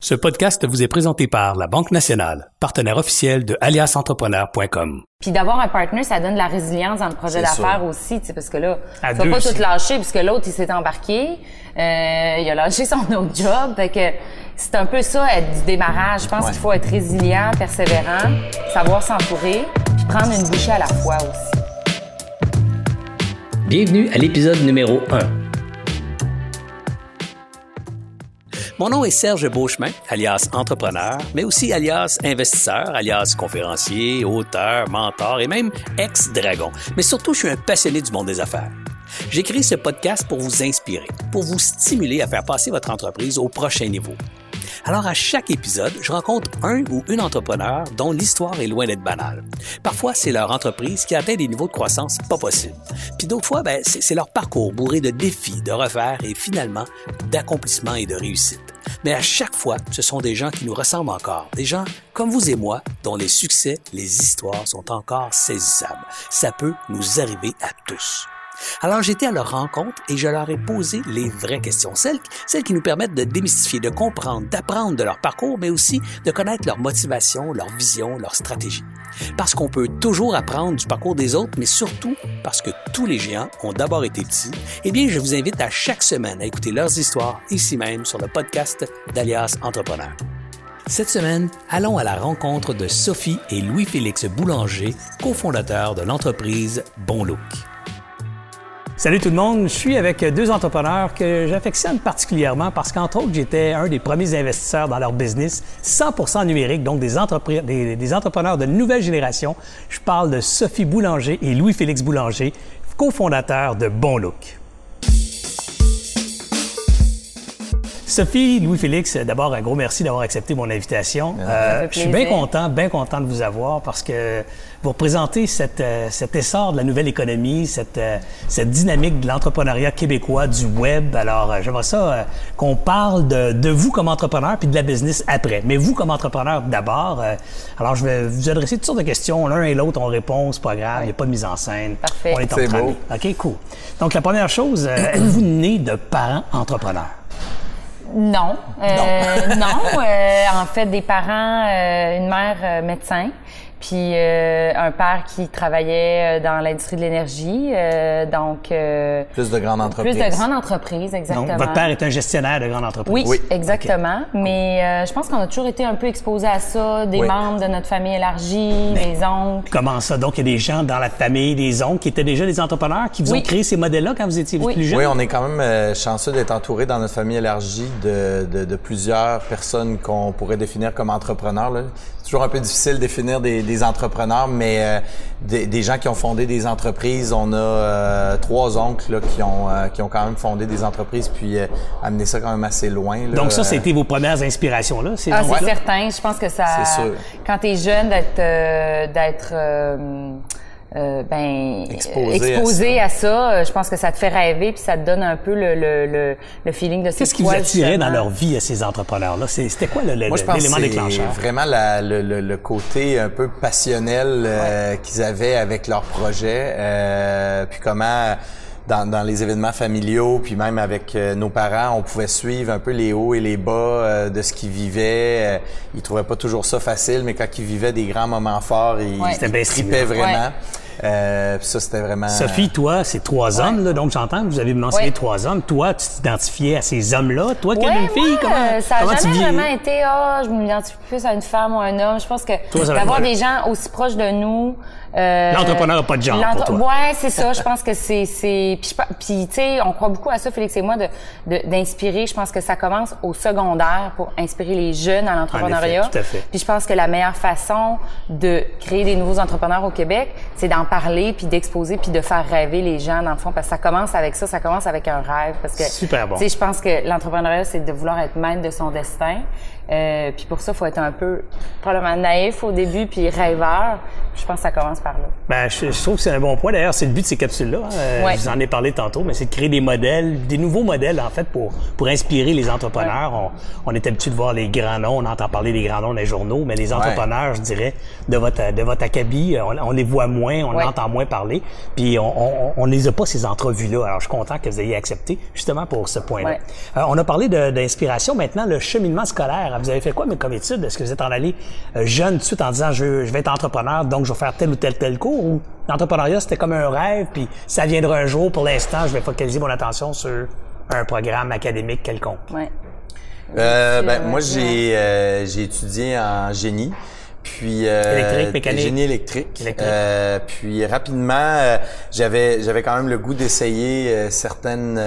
Ce podcast vous est présenté par la Banque Nationale, partenaire officiel de aliasentrepreneur.com. Puis d'avoir un partner, ça donne de la résilience dans le projet d'affaires aussi, tu sais, parce que là, tu vas pas aussi. tout lâcher, puisque l'autre, il s'est embarqué, il a lâché son autre job, fait que c'est un peu ça, être du démarrage. Je pense qu'il faut être résilient, persévérant, savoir s'entourer, puis prendre une bouchée à la fois aussi. Bienvenue à l'épisode numéro 1. Mon nom est Serge Beauchemin, alias entrepreneur, mais aussi alias investisseur, alias conférencier, auteur, mentor et même ex-dragon. Mais surtout, je suis un passionné du monde des affaires. J'ai créé ce podcast pour vous inspirer, pour vous stimuler à faire passer votre entreprise au prochain niveau. Alors, à chaque épisode, je rencontre un ou une entrepreneur dont l'histoire est loin d'être banale. Parfois, c'est leur entreprise qui atteint des niveaux de croissance pas possibles. Puis d'autres fois, c'est leur parcours bourré de défis, de revers et finalement d'accomplissements et de réussites. Mais à chaque fois, ce sont des gens qui nous ressemblent encore. Des gens comme vous et moi, dont les succès, les histoires sont encore saisissables. Ça peut nous arriver à tous. Alors, j'étais à leur rencontre et je leur ai posé les vraies questions, celles qui nous permettent de démystifier, de comprendre, d'apprendre de leur parcours, mais aussi de connaître leur motivation, leur vision, leur stratégie. Parce qu'on peut toujours apprendre du parcours des autres, mais surtout parce que tous les géants ont d'abord été petits, eh bien, je vous invite à chaque semaine à écouter leurs histoires ici même sur le podcast d'Alias Entrepreneur. Cette semaine, allons à la rencontre de Sophie et Louis-Félix Boulanger, cofondateurs de l'entreprise Bon Look. Salut tout le monde, je suis avec deux entrepreneurs que j'affectionne particulièrement parce qu'entre autres, j'étais un des premiers investisseurs dans leur business 100% numérique, donc des entrepreneurs de nouvelle génération. Je parle de Sophie Boulanger et Louis-Félix Boulanger, cofondateurs de Bon Look. Sophie, Louis-Félix, d'abord, un gros merci d'avoir accepté mon invitation. Je suis bien content de vous avoir parce que vous représentez cet essor de la nouvelle économie, cette dynamique de l'entrepreneuriat québécois, du web. Alors, j'aimerais ça qu'on parle de vous comme entrepreneur puis de la business après. Mais vous comme entrepreneur d'abord. Alors, je vais vous adresser toutes sortes de questions. L'un et l'autre, on répond, c'est pas grave, il n'y a pas de mise en scène. Parfait. On est entre amis. OK, cool. Donc, la première chose, êtes-vous né de parents entrepreneurs? Non. En fait, des parents, une mère médecin, puis un père qui travaillait dans l'industrie de l'énergie, donc... plus de grandes entreprises. Plus de grandes entreprises, exactement. Donc, votre père est un gestionnaire de grandes entreprises. Oui, exactement. Okay. Mais je pense qu'on a toujours été un peu exposés à ça, des membres de notre famille élargie, des oncles. Comment ça? Donc, il y a des gens dans la famille, des oncles qui étaient déjà des entrepreneurs, qui vous ont créé ces modèles-là quand vous étiez plus jeune? Oui, on est quand même chanceux d'être entouré dans notre famille élargie de plusieurs personnes qu'on pourrait définir comme entrepreneurs, là. C'est toujours un peu difficile de définir des entrepreneurs, mais des gens qui ont fondé des entreprises. On a 3 oncles là, qui ont quand même fondé des entreprises puis amené ça quand même assez loin. Là. Donc ça, c'était vos premières inspirations là? C'est certain. Je pense que ça... C'est sûr. Quand t'es jeune, d'être exposé à ça, je pense que ça te fait rêver puis ça te donne un peu le feeling de Qu'est-ce qui vous attirait dans leur vie à ces entrepreneurs-là? C'était quoi l'élément déclencheur? Vraiment le côté un peu passionnel qu'ils avaient avec leur projet, puis comment dans les événements familiaux, puis même avec nos parents, on pouvait suivre un peu les hauts et les bas de ce qu'ils vivaient. Ils trouvaient pas toujours ça facile, mais quand ils vivivaient des grands moments forts, ils tripaient vraiment. Ça, c'était vraiment... Sophie, toi, c'est 3 hommes, là, donc j'entends que vous avez mentionné 3 hommes. Toi, tu t'identifiais à ces hommes-là. Toi, qui es une fille, ça n'a jamais vraiment été, je m'identifie plus à une femme ou un homme. Je pense que d'avoir des gens aussi proches de nous... L'entrepreneur n'a pas de genre pour toi. Ouais, c'est ça. Je pense que c'est... Puis tu sais, on croit beaucoup à ça, Félix et moi, d'inspirer. Je pense que ça commence au secondaire pour inspirer les jeunes à l'entrepreneuriat. En effet, tout à fait. Puis je pense que la meilleure façon de créer des nouveaux entrepreneurs au Québec, c'est d'en parler, puis d'exposer, puis de faire rêver les gens, dans le fond, parce que ça commence avec ça, ça commence avec un rêve. Parce que, super bon. Tu sais, je pense que l'entrepreneuriat, c'est de vouloir être maître de son destin. Puis pour ça, il faut être un peu probablement naïf au début, puis rêveur. Je pense que ça commence par là. Je trouve que c'est un bon point. D'ailleurs, c'est le but de ces capsules-là. Je vous en ai parlé tantôt, mais c'est de créer des modèles, des nouveaux modèles, en fait, pour inspirer les entrepreneurs. On est habitué de voir les grands noms, on entend parler des grands noms dans les journaux, mais les entrepreneurs, je dirais, de votre acabit, on les voit moins, on on entend moins parler. Puis on les a pas, ces entrevues-là. Alors, je suis content que vous ayez accepté, justement pour ce point-là. Ouais. On a parlé d'inspiration. Maintenant, le cheminement scolaire. Vous avez fait quoi comme étude? Est-ce que vous êtes en allé jeune tout de suite en disant je vais être entrepreneur, donc je vais faire tel ou tel cours? Ou l'entrepreneuriat, c'était comme un rêve, puis ça viendra un jour. Pour l'instant, je vais focaliser mon attention sur un programme académique quelconque. Ouais. Moi, j'ai étudié en génie. Puis électrique, mécanique. Génie électrique. Puis rapidement, j'avais quand même le goût d'essayer certaines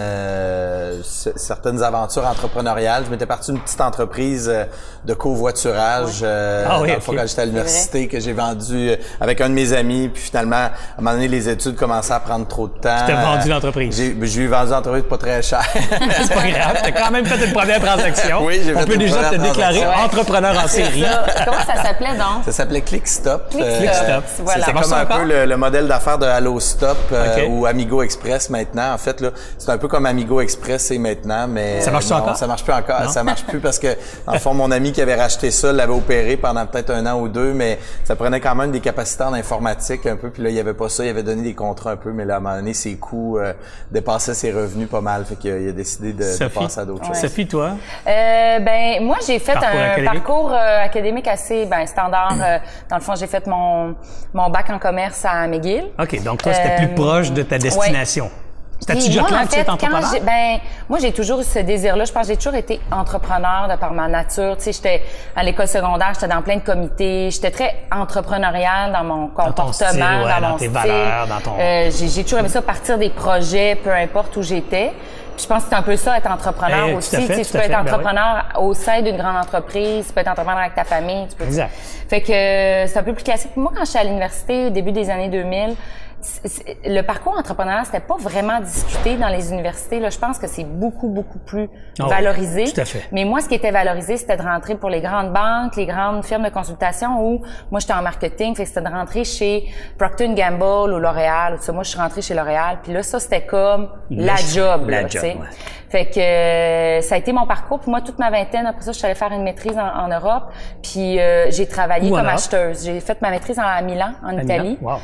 aventures entrepreneuriales. Je m'étais parti d'une petite entreprise de covoiturage dans le fond, quand j'étais à l'université, que j'ai vendu avec un de mes amis. Puis finalement, à un moment donné, les études commençaient à prendre trop de temps. Tu t'es vendu l'entreprise. J'ai vendu l'entreprise pas très cher. C'est pas grave. T'as quand même fait une première transaction. Oui, j'ai fait. On peut déjà te déclarer entrepreneur en série. Comment ça s'appelait donc? Ça s'appelait ClickStop. ClickStop. Voilà. C'est comme un peu le modèle d'affaires de HalloStop ou Amigo Express maintenant. En fait, là, c'est un peu comme Amigo Express et maintenant, mais ça marche encore? Ça marche plus encore. Non? Ça marche plus parce que, dans le fond, mon ami qui avait racheté ça l'avait opéré pendant peut-être 1 an ou 2, mais ça prenait quand même des capacités en informatique un peu. Puis là, il y avait pas ça. Il avait donné des contrats un peu, mais là, à un moment donné, ses coûts dépassaient ses revenus pas mal. Fait qu'il a décidé de passer à d'autres choses. Sophie, toi? Moi, j'ai fait parcours académique assez standard. Dans le fond, j'ai fait mon bac en commerce à McGill. OK, donc toi, c'était plus proche de ta destination. Ouais. T'as-tu déjà clair que tu es entrepreneur? Moi, j'ai toujours eu ce désir-là. Je pense que j'ai toujours été entrepreneur de par ma nature. Tu sais, j'étais à l'école secondaire, j'étais dans plein de comités. J'étais très entrepreneuriale dans mon comportement, dans mon style. Valeurs, dans ton... j'ai toujours aimé ça, partir des projets, peu importe où j'étais. Puis je pense que c'est un peu ça, être entrepreneur aussi. Tu peux être entrepreneur au sein d'une grande entreprise, tu peux être entrepreneur avec ta famille. Exact. Fait que c'est un peu plus classique. Moi, quand j'étais à l'université, au début des années 2000, le parcours entrepreneurial, c'était pas vraiment discuté dans les universités. Là, je pense que c'est beaucoup plus valorisé. Tout à fait. Mais moi, ce qui était valorisé, c'était de rentrer pour les grandes banques, les grandes firmes de consultation où moi, j'étais en marketing. Fait que c'était de rentrer chez Procter & Gamble ou L'Oréal. Ou moi, je suis rentrée chez L'Oréal. Puis là, ça, c'était comme la job. Fait que ça a été mon parcours. Puis moi, toute ma vingtaine, après ça, je suis allée faire une maîtrise en Europe. Puis j'ai travaillé comme acheteuse. J'ai fait ma maîtrise à Milan, en Italie. Wow.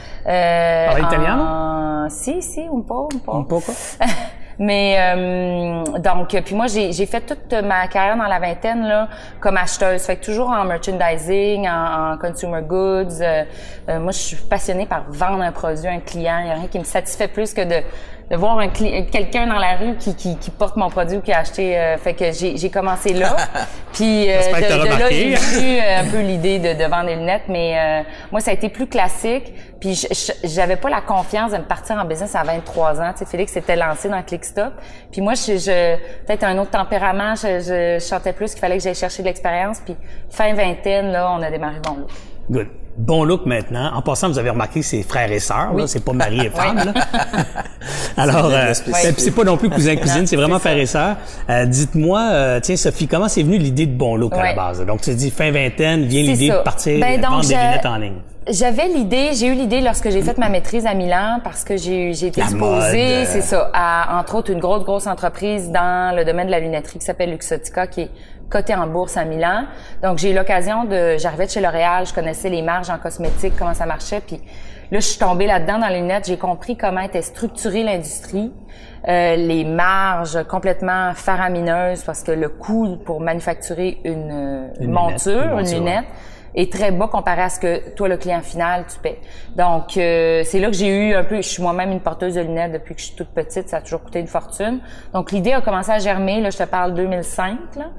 Italiano? Si, un po'. Mais donc, puis moi, j'ai fait toute ma carrière dans la vingtaine là comme acheteuse. Fait que toujours en merchandising, en consumer goods. Moi, je suis passionnée par vendre un produit à un client. Il n'y a rien qui me satisfait plus que de voir quelqu'un dans la rue qui porte mon produit ou qui a acheté. Fait que j'ai commencé là. Puis de là, j'ai eu un peu l'idée de vendre des lunettes. Mais moi, ça a été plus classique. Puis j'avais pas la confiance de me partir en business à 23 ans. Tu sais, Félix s'était lancé dans ClickStop. Puis moi, peut-être un autre tempérament. Je sentais plus qu'il fallait que j'aille chercher de l'expérience. Puis fin vingtaine, là, on a démarré Bon Look. Good. Bon Look maintenant. En passant, vous avez remarqué que c'est frères et sœurs, là. C'est pas mari et femme, là. Alors, c'est pas non plus cousin-cousine, c'est vraiment frères et sœurs. Dites-moi, tiens, Sophie, comment c'est venu l'idée de Bon Look à la base? Donc, tu dis fin vingtaine, vient l'idée de partir vendre des lunettes en ligne. J'ai eu l'idée lorsque j'ai fait ma maîtrise à Milan parce que j'ai été exposée, c'est ça, à, entre autres, une grosse entreprise dans le domaine de la lunetterie qui s'appelle Luxottica, qui est cotée en bourse à Milan. Donc, j'ai eu l'occasion j'arrivais de chez L'Oréal, je connaissais les marges en cosmétique, comment ça marchait, puis là, je suis tombée là-dedans dans les lunettes, j'ai compris comment était structurée l'industrie, les marges complètement faramineuses parce que le coût pour manufacturer une monture, une lunette, est très bas comparé à ce que toi, le client final, tu paies. Donc, c'est là que j'ai eu je suis moi-même une porteuse de lunettes depuis que je suis toute petite, ça a toujours coûté une fortune. Donc, l'idée a commencé à germer, là, je te parle 2005,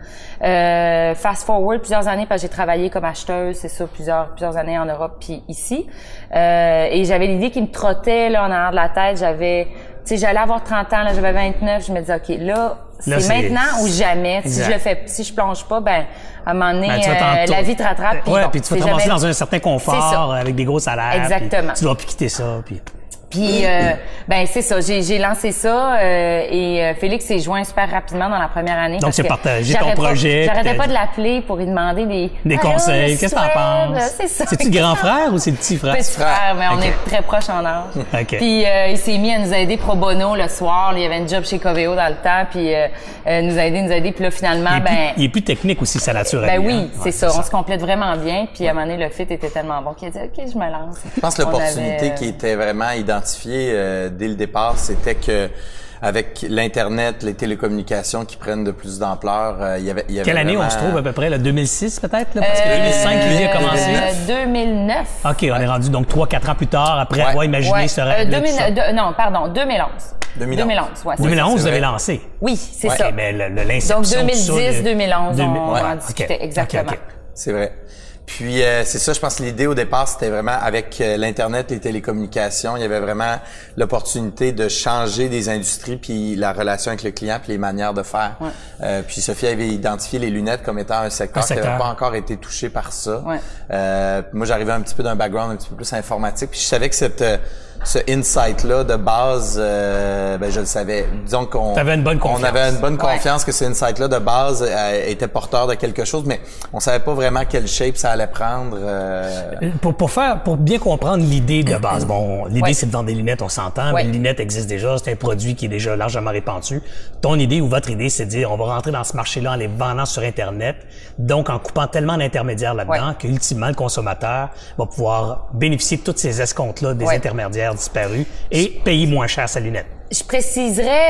là. Fast forward, plusieurs années, parce que j'ai travaillé comme acheteuse, c'est ça, plusieurs années en Europe puis ici. Et j'avais l'idée qui me trottait, là, en arrière de la tête, j'allais avoir 30 ans, là, j'avais 29, je me disais, OK, là, c'est maintenant ou jamais. Si je plonge pas, à un moment donné, la vie te rattrape. Puis tu vas te ramasser dans un certain confort avec des gros salaires. Exactement. Tu dois plus quitter ça. Puis... Puis, ben c'est ça, j'ai lancé ça et Félix s'est joint super rapidement dans la première année. Donc, c'est partagé ton projet. J'arrêtais pas de l'appeler pour lui demander des conseils. Qu'est-ce que t'en penses? C'est ça. C'est-tu le grand frère ou c'est le petit frère? Petit frère, mais on est très proches en âge. Okay. Puis, il s'est mis à nous aider pro bono le soir. Il y avait un job chez Coveo dans le temps, puis nous aider. Puis là, finalement, il est plus technique aussi, sa nature. Ben oui, c'est ça. On se complète vraiment bien. Puis, à un moment donné, le fit était tellement bon qu'il a dit, OK, je me lance. Je pense que l'opportunité qui était vraiment identifiée dès le départ, c'était que avec l'Internet, les télécommunications qui prennent de plus d'ampleur, il y avait Quelle année on se trouve à peu près? Là, 2006 peut-être? Là, parce que 2005, l'idée a commencé. 2009. OK, on est rendu donc 3-4 ans plus tard, après avoir imaginé ce rêve. 2011. 2011, ouais. 2011, vous avez lancé? Oui, c'est ça. Mais l'inception. Donc 2010-2011, on en discutait, exactement. Okay. C'est vrai. Puis c'est ça, je pense que l'idée au départ, c'était vraiment avec l'Internet, les télécommunications, il y avait vraiment l'opportunité de changer des industries, puis la relation avec le client, puis les manières de faire. Ouais. Puis Sophie avait identifié les lunettes comme étant un secteur qui n'avait pas encore été touché par ça. Ouais. Moi, j'arrivais un petit peu d'un background un petit peu plus informatique, puis je savais que ce insight-là de base, ben je le savais. Disons qu'on avait une bonne confiance. On avait une bonne confiance que ce insight-là de base était porteur de quelque chose, mais on savait pas vraiment quelle shape ça allait prendre. Pour bien comprendre l'idée de base. Bon, l'idée c'est de vendre des lunettes, on s'entend, mais les lunettes existent déjà, c'est un produit qui est déjà largement répandu. Ton idée ou votre idée, c'est de dire on va rentrer dans ce marché-là en les vendant sur Internet, donc en coupant tellement d'intermédiaires là-dedans qu'ultimement le consommateur va pouvoir bénéficier de toutes ces escomptes-là des intermédiaires disparus et payer moins cher sa lunette. Je préciserais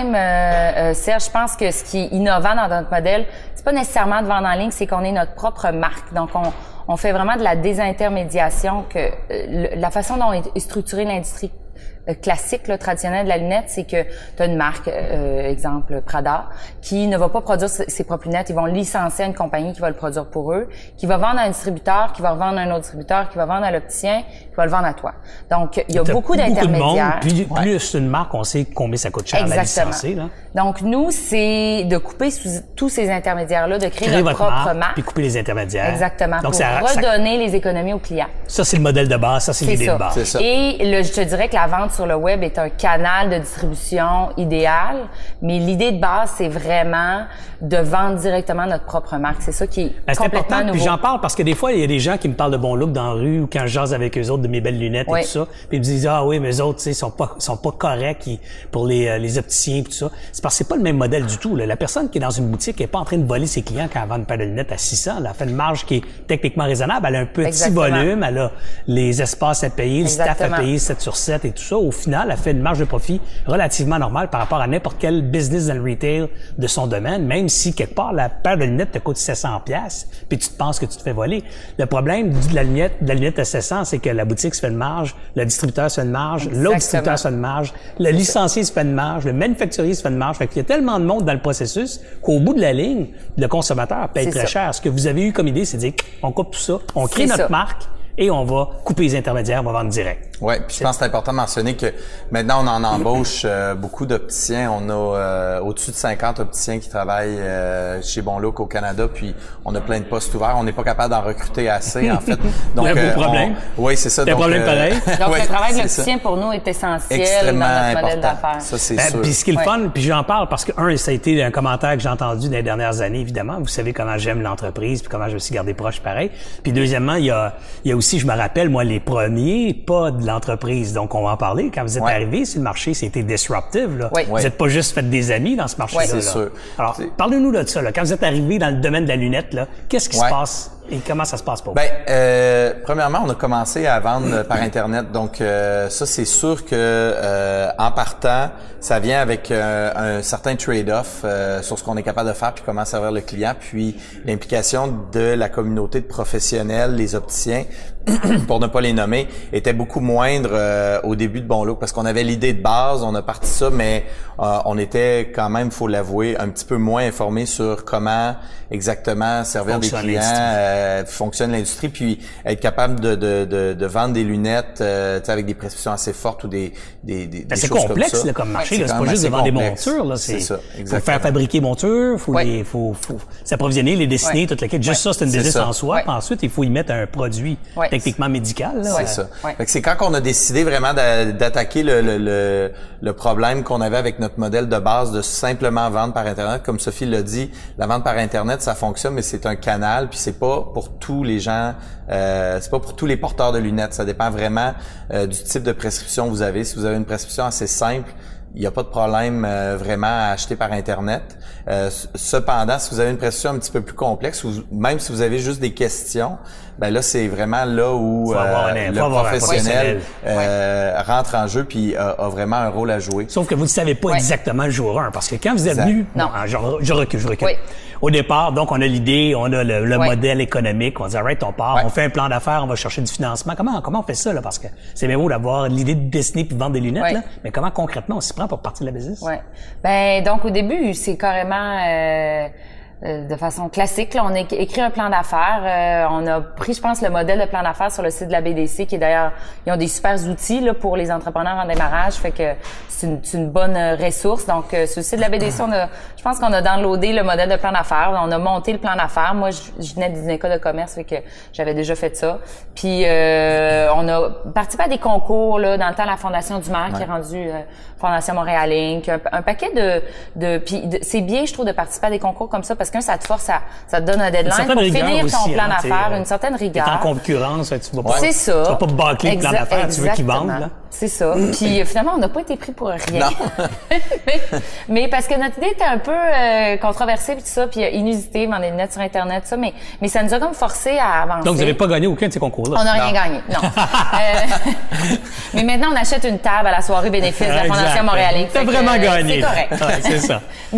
même, Serge, je pense que ce qui est innovant dans notre modèle, c'est pas nécessairement de vendre en ligne, c'est qu'on est notre propre marque. Donc, on fait vraiment de la désintermédiation, que la façon dont est structurée l'industrie classique, là, traditionnelle de la lunette, c'est que tu as une marque, exemple Prada, qui ne va pas produire ses propres lunettes. Ils vont licencier à une compagnie qui va le produire pour eux, qui va vendre à un distributeur, qui va revendre à un autre distributeur, qui va vendre à l'opticien, qui va le vendre à toi. Donc, il y a beaucoup d'intermédiaires. Plus une marque, on sait combien ça coûte cher à la licencier. Là. Donc, nous, c'est de couper tous ces intermédiaires-là, de créer notre propre marque. Puis couper les intermédiaires. Exactement. Donc, pour redonner les économies aux clients. Ça, c'est le modèle de base. Ça, c'est l'idée de base. C'est ça. Et je te dirais que la vente sur le web est un canal de distribution idéal, mais l'idée de base, c'est vraiment de vendre directement notre propre marque. C'est ça qui est complètement nouveau. Puis j'en parle parce que des fois, il y a des gens qui me parlent de bon look dans la rue ou quand je jase avec eux autres de mes belles lunettes et tout ça, puis ils me disent ah oui, mais eux autres, tu sais, sont pas corrects pour les opticiens et tout ça. C'est parce que c'est pas le même modèle du tout. Là. La personne qui est dans une boutique est pas en train de voler ses clients quand elle vend une paire de lunettes à 600. Elle a fait une marge qui est techniquement raisonnable. Elle a un petit volume, elle a les espaces à payer, le staff à payer 7 sur 7 et tout ça. Au final, elle fait une marge de profit relativement normale par rapport à n'importe quel business dans le retail de son domaine, même si quelque part la paire de lunettes te coûte 700$, puis tu te penses que tu te fais voler. Le problème de la lunette à 700, c'est que la boutique se fait une marge, le distributeur se fait une marge, l'autre distributeur se fait une marge, le licencié se fait une marge, le manufacturier se fait une marge. Fait qu'il y a tellement de monde dans le processus qu'au bout de la ligne, le consommateur paye très cher. Ce que vous avez eu comme idée, c'est de dire on coupe tout ça, on crée notre marque, et on va couper les intermédiaires, on va vendre direct. Ouais, puis je pense que c'est important de mentionner que maintenant on en embauche beaucoup d'opticiens. On a au-dessus de 50 opticiens qui travaillent chez Bon Look au Canada, puis on a plein de postes ouverts. On n'est pas capable d'en recruter assez en fait. Donc un beau problème. Oui, c'est ça. C'est un problème pareil. Donc le travail de l'opticien pour nous est essentiel dans notre modèle d'affaires. Ça c'est sûr. Puis ce qui est le fun, puis j'en parle parce que ça a été un commentaire que j'ai entendu dans les dernières années évidemment. Vous savez comment j'aime l'entreprise, puis comment je me suis gardé proche pareil. Puis deuxièmement, il y a aussi, je me rappelle moi les premiers pas de l'entreprise. Donc, on va en parler. Quand vous êtes arrivé sur le marché, c'était disruptive. Là. Vous n'êtes pas juste fait des amis dans ce marché-là. C'est sûr. Alors, parlez-nous de ça. Là. Quand vous êtes arrivé dans le domaine de la lunette, là, qu'est-ce qui se passe et comment ça se passe pour vous? Premièrement, on a commencé à vendre par Internet. Donc, ça, c'est sûr que en partant, ça vient avec un certain trade-off sur ce qu'on est capable de faire puis comment servir le client. Puis, l'implication de la communauté de professionnels, les opticiens, pour ne pas les nommer, était beaucoup moindre au début de Bon Look parce qu'on avait l'idée de base, on a parti ça, mais on était quand même, faut l'avouer, un petit peu moins informés sur comment exactement servir des clients, fonctionne l'industrie, puis être capable de vendre des lunettes avec des prescriptions assez fortes ou des c'est choses complexe comme ça. Là, comme marché, là, c'est pas juste de vendre des montures. Là, c'est ça, faut faire fabriquer montures, faut s'approvisionner, les dessiner, toute la quête. Juste ça, c'est une business en soi. Puis ensuite, il faut y mettre un produit techniquement médical. Là. C'est ça. Fait que c'est quand on a décidé vraiment d'attaquer le problème qu'on avait avec notre modèle de base de simplement vendre par Internet. Comme Sophie l'a dit, la vente par Internet, ça fonctionne, mais c'est un canal, puis c'est pas pour tous les gens, c'est pas pour tous les porteurs de lunettes. Ça dépend vraiment du type de prescription que vous avez. Si vous avez une prescription assez simple, il n'y a pas de problème vraiment à acheter par Internet. Cependant, si vous avez une prescription un petit peu plus complexe, ou même si vous avez juste des questions, ben là, c'est vraiment là où le professionnel rentre en jeu puis a vraiment un rôle à jouer. Sauf que vous ne savez pas exactement le jour 1, parce que quand vous êtes venu... Non, je recule. Oui. Au départ, donc, on a l'idée, on a le modèle économique, on dit, alright, on part, on fait un plan d'affaires, on va chercher du financement. Comment on fait ça, là? Parce que c'est bien beau d'avoir l'idée de dessiner puis de vendre des lunettes, là, mais comment concrètement on s'y prend pour partir de la business? Oui. Ben, donc, au début, c'est carrément, de façon classique, là, on a écrit un plan d'affaires. On a pris, je pense, le modèle de plan d'affaires sur le site de la BDC, qui est d'ailleurs, ils ont des super outils là pour les entrepreneurs en démarrage, fait que c'est une bonne ressource. Donc, sur le site de la BDC, je pense qu'on a downloadé le modèle de plan d'affaires. On a monté le plan d'affaires. Moi, je venais d'une école de commerce, fait que j'avais déjà fait ça. Puis, on a participé à des concours là dans le temps, la Fondation du maire qui est rendue Fondation Montréal Inc. Un paquet puis c'est bien, je trouve, de participer à des concours comme ça parce que ça te force ça te donne un deadline pour finir ton plan d'affaires, une certaine rigueur. T'es en concurrence, tu vas pas. C'est ça. Tu vas pas bâcler le plan d'affaires, tu veux qu'ils vendent, là. C'est ça. Puis finalement, on n'a pas été pris pour rien. mais parce que notre idée était un peu controversée puis tout ça, puis inusitée, vendre des lunettes sur Internet, tout ça, mais ça nous a comme forcé à avancer. Donc vous n'avez pas gagné aucun de ces concours-là. On n'a rien gagné, non. Mais maintenant, on achète une table à la soirée bénéfice de la Fondation Montréal Inc. T'as vraiment gagné. C'est correct. Ouais, c'est ça.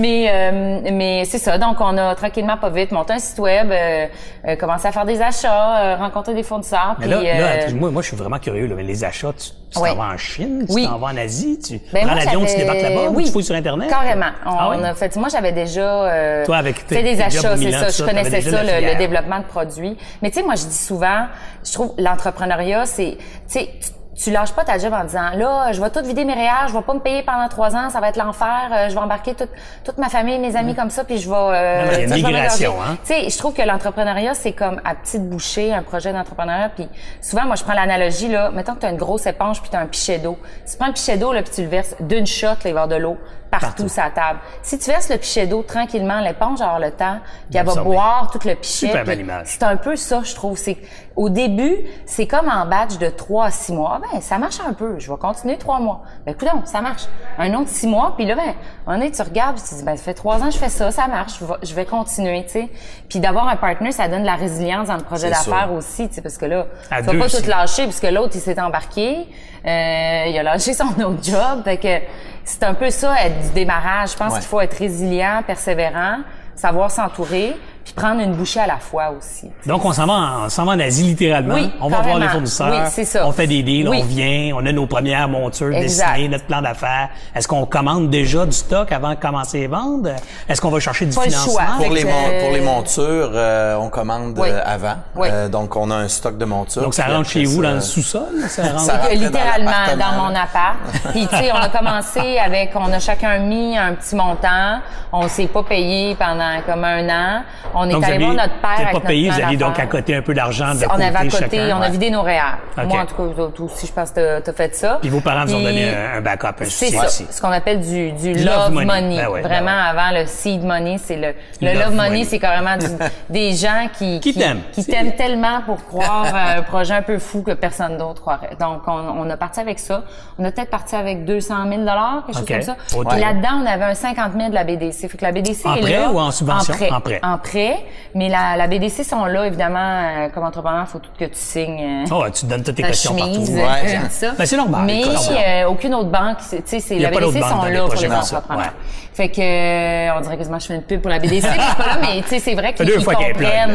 Mais c'est ça. Donc on a tranquillement, pas vite, monté un site web, commencé à faire des achats, rencontrer des fournisseurs. Mais là, moi, je suis vraiment curieux. Là, mais les achats, tu t'en vas en Chine, tu t'en vas en Asie, tu prends l'avion, tu débarques là-bas, ou tu fouilles sur Internet? Carrément. On a fait. Moi, j'avais déjà fait des achats, c'est ça. Je connaissais ça, le développement de produits. Mais tu sais, moi, je dis souvent, je trouve l'entrepreneuriat, c'est, tu sais, tu lâches pas ta job en disant là, je vais tout vider mes REER, je vais pas me payer pendant 3 ans, ça va être l'enfer, je vais embarquer toute ma famille, mes amis comme ça, puis je vais. Il y a une migration, hein. Tu sais, je trouve que l'entrepreneuriat c'est comme à petite bouchée un projet d'entrepreneuriat, puis souvent moi je prends l'analogie là, mettons que tu as une grosse éponge puis tu as un pichet d'eau. Si tu prends le pichet d'eau là puis tu le verses d'une shot, là, il va y avoir de l'eau partout sur la table. Si tu verses le pichet d'eau tranquillement, l'éponge va avoir le temps, puis elle va boire tout le pichet. Super belle image. C'est un peu ça, je trouve. C'est au début, c'est comme en batch de 3 à 6 mois. Ben, ça marche un peu. Je vais continuer 3 mois. Ben, écoute, ça marche. Un autre 6 mois, puis là, tu regardes, puis tu te dis, ben, ça fait 3 ans que je fais ça, ça marche. Je vais continuer, tu sais. Puis d'avoir un partner, ça donne de la résilience dans le projet d'affaires aussi, tu sais, parce que là, tu vas pas tout lâcher, parce que l'autre, il s'est embarqué, il a lâché son autre job, fait que c'est un peu ça, être du démarrage. Je pense qu'il faut être résilient, persévérant, savoir s'entourer, puis prendre une bouchée à la fois aussi. Donc, on s'en va en Asie, littéralement. Oui, on va voir les fournisseurs. Oui, c'est ça. On fait des deals, on vient, on a nos premières montures dessinées, notre plan d'affaires. Est-ce qu'on commande déjà du stock avant de commencer à vendre? Est-ce qu'on va chercher du financement? Pour les montures, on commande avant. Oui. Donc, on a un stock de montures. Donc, ça rentre chez vous dans le sous-sol? Ça rentre littéralement dans mon appart. Puis, tu sais, on a commencé on a chacun mis un petit montant. On s'est pas payé pendant comme 1 an. On est allé voir notre père avec notre payé, vous aviez donc à côté un peu d'argent de côté on avait à côté, chacun. on a vidé nos REER. Okay. Moi, en tout cas, toi aussi, je pense que t'as fait ça. Puis vos parents vous ont donné un backup, un soutien aussi. C'est ça, ce qu'on appelle du love money. Ben ouais, vraiment, avant le seed money, c'est le love money, c'est carrément des gens qui t'aiment tellement pour croire à un projet un peu fou que personne d'autre croirait. Donc, on a parti avec ça. On a peut-être parti avec 200 000 quelque chose comme ça. Puis là-dedans, on avait un 50 000 de la BDC. Fait que la BDC est là. En prêt ou en subvention? En prêt. Mais la BDC sont là, évidemment, comme entrepreneur, il faut tout que tu signes. Tu te donnes toutes tes questions chemise, partout. ça. Ben, c'est normal. Mais aucune autre banque, tu sais, la BDC sont là pour les entrepreneurs. Ouais. Fait que, on dirait quasiment que je fais une pub pour la BDC, mais tu sais, c'est vrai qu'ils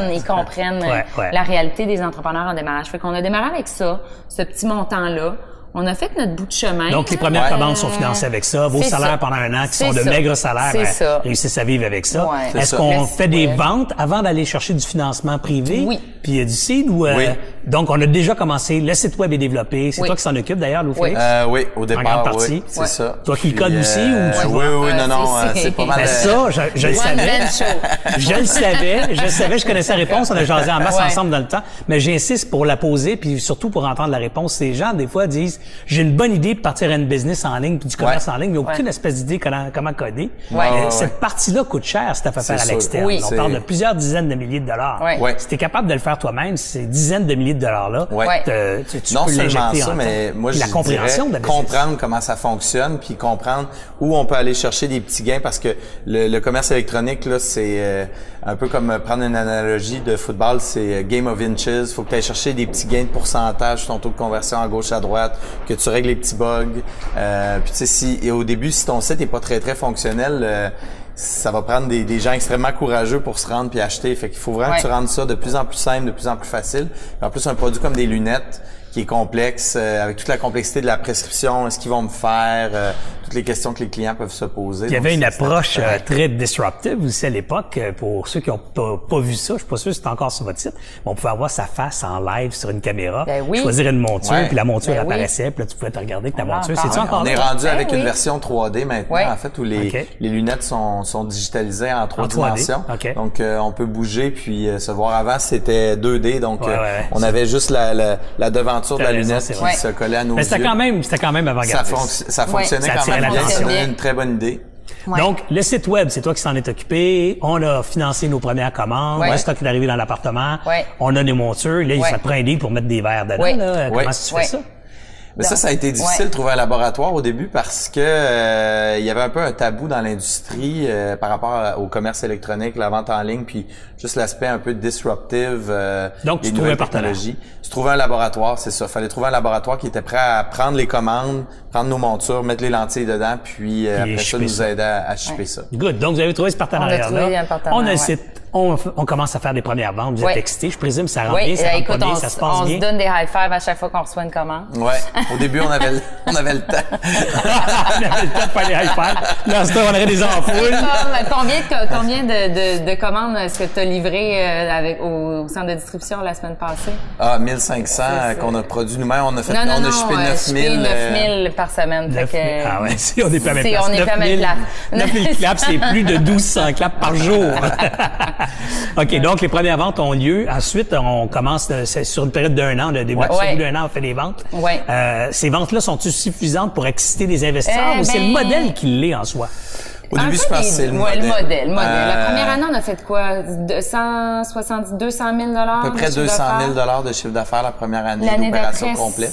comprennent la réalité des entrepreneurs en démarrage. Fait qu'on a démarré avec ça, ce petit montant-là. On a fait notre bout de chemin. Donc, les premières commandes sont financées avec ça. Vos salaires pendant un an, qui sont de maigres salaires, réussissent à vivre avec ça. Ouais. Est-ce qu'on fait des ventes avant d'aller chercher du financement privé? Oui. Puis du seed? Ou, donc, on a déjà commencé. Le site web est développé. C'est toi qui s'en occupe, d'ailleurs, Louis-Félix? Oui, au départ, en grande partie. C'est ça. Toi qui le codes aussi? Ou tu oui, non, c'est pas mal. Ben ça, je le savais. Je le savais, je connaissais la réponse. On a jasé en masse ensemble dans le temps. Mais j'insiste pour la poser, puis surtout pour entendre la réponse. Ces gens, des fois, disent, j'ai une bonne idée de partir à une business en ligne puis du commerce en ligne, mais aucune espèce d'idée comment coder. Cette partie-là coûte cher si tu fait faire à l'externe. Oui. On parle de plusieurs dizaines de milliers de dollars. Si tu es capable de le faire toi-même, ces dizaines de milliers de dollars-là, tu non peux seulement l'injecter ça, mais moi, la compréhension de la business. comprendre comment ça fonctionne, puis comprendre où on peut aller chercher des petits gains, parce que le commerce électronique, là, c'est un peu comme prendre une analogie de football, c'est game of inches. Faut que tu ailles chercher des petits gains de pourcentage sur ton taux de conversion à gauche, à droite, que tu règles les petits bugs. Puis tu sais, et au début, si ton site est pas très fonctionnel, ça va prendre des gens extrêmement courageux pour se rendre puis acheter. Fait qu'il faut vraiment que tu rendes ça de plus en plus simple, de plus en plus facile. Et en plus, un produit comme des lunettes qui est complexe, avec toute la complexité de la prescription, est-ce qu'ils vont me faire, toutes les questions que les clients peuvent se poser. Il y avait une approche très disruptive aussi à l'époque. Pour ceux qui n'ont pas vu ça, je suis pas sûr si c'est encore sur votre site, mais on pouvait avoir sa face en live sur une caméra, choisir une monture, puis la monture apparaissait, puis là tu pouvais te regarder avec ta monture. C'est-tu encore On est rendu avec une version 3D maintenant, en fait, où les lunettes sont digitalisées en 3 dimensions. Donc on peut bouger puis se voir. Avant c'était 2D, donc on avait juste la devanture de la lunette qui se collait à nos yeux. C'était quand même avant-gardiste. Ça fonctionnait quand même bien. C'était une très bonne idée. Donc, le site web, c'est toi qui s'en est occupé. On a financé nos premières commandes. Le stock est arrivé dans l'appartement. On a des montures. Là, ça te prend un deal pour mettre des verres dedans. Là. Comment tu fais ça? Mais ça a été difficile de trouver un laboratoire au début parce que il y avait un peu un tabou dans l'industrie par rapport au commerce électronique, la vente en ligne, puis juste l'aspect un peu disruptive donc, des nouvelles technologies. Tu trouvais un laboratoire, c'est ça. Fallait trouver un laboratoire qui était prêt à prendre les commandes, prendre nos montures, mettre les lentilles dedans, puis après ça, nous aider à shipper ça. Good. Donc, vous avez trouvé ce partenariat-là. On a le site. On commence à faire des premières ventes. Vous êtes excité. Je présume ça rend bien, ça rend pas bien, ça se passe bien. On se donne des high-fives à chaque fois qu'on reçoit une commande. Ouais. Au début, on avait le temps. On avait le temps de faire des high-fives. Là, on aurait des ampoules. Combien de commandes est-ce que tu as livrées au centre de distribution la semaine passée? 1500 qu'on a produit nous-mêmes. On a fait, on a shippé 9000. 9000 par semaine. Ah ouais, on n'est pas à même place. On n'est pas à même place. 9000 claps, c'est plus de 1200 claps par jour. OK, donc les premières ventes ont lieu. Ensuite, on commence c'est sur une période d'un an, des mois d'un an, on fait des ventes. Ces ventes-là sont-ils suffisantes pour exciter des investisseurs ou c'est le modèle qui l'est en soi? Au début, je pense que c'est le modèle. La première année, on a fait quoi? 200 000 à peu près 200 000 de chiffre d'affaires la première année d'opération complète.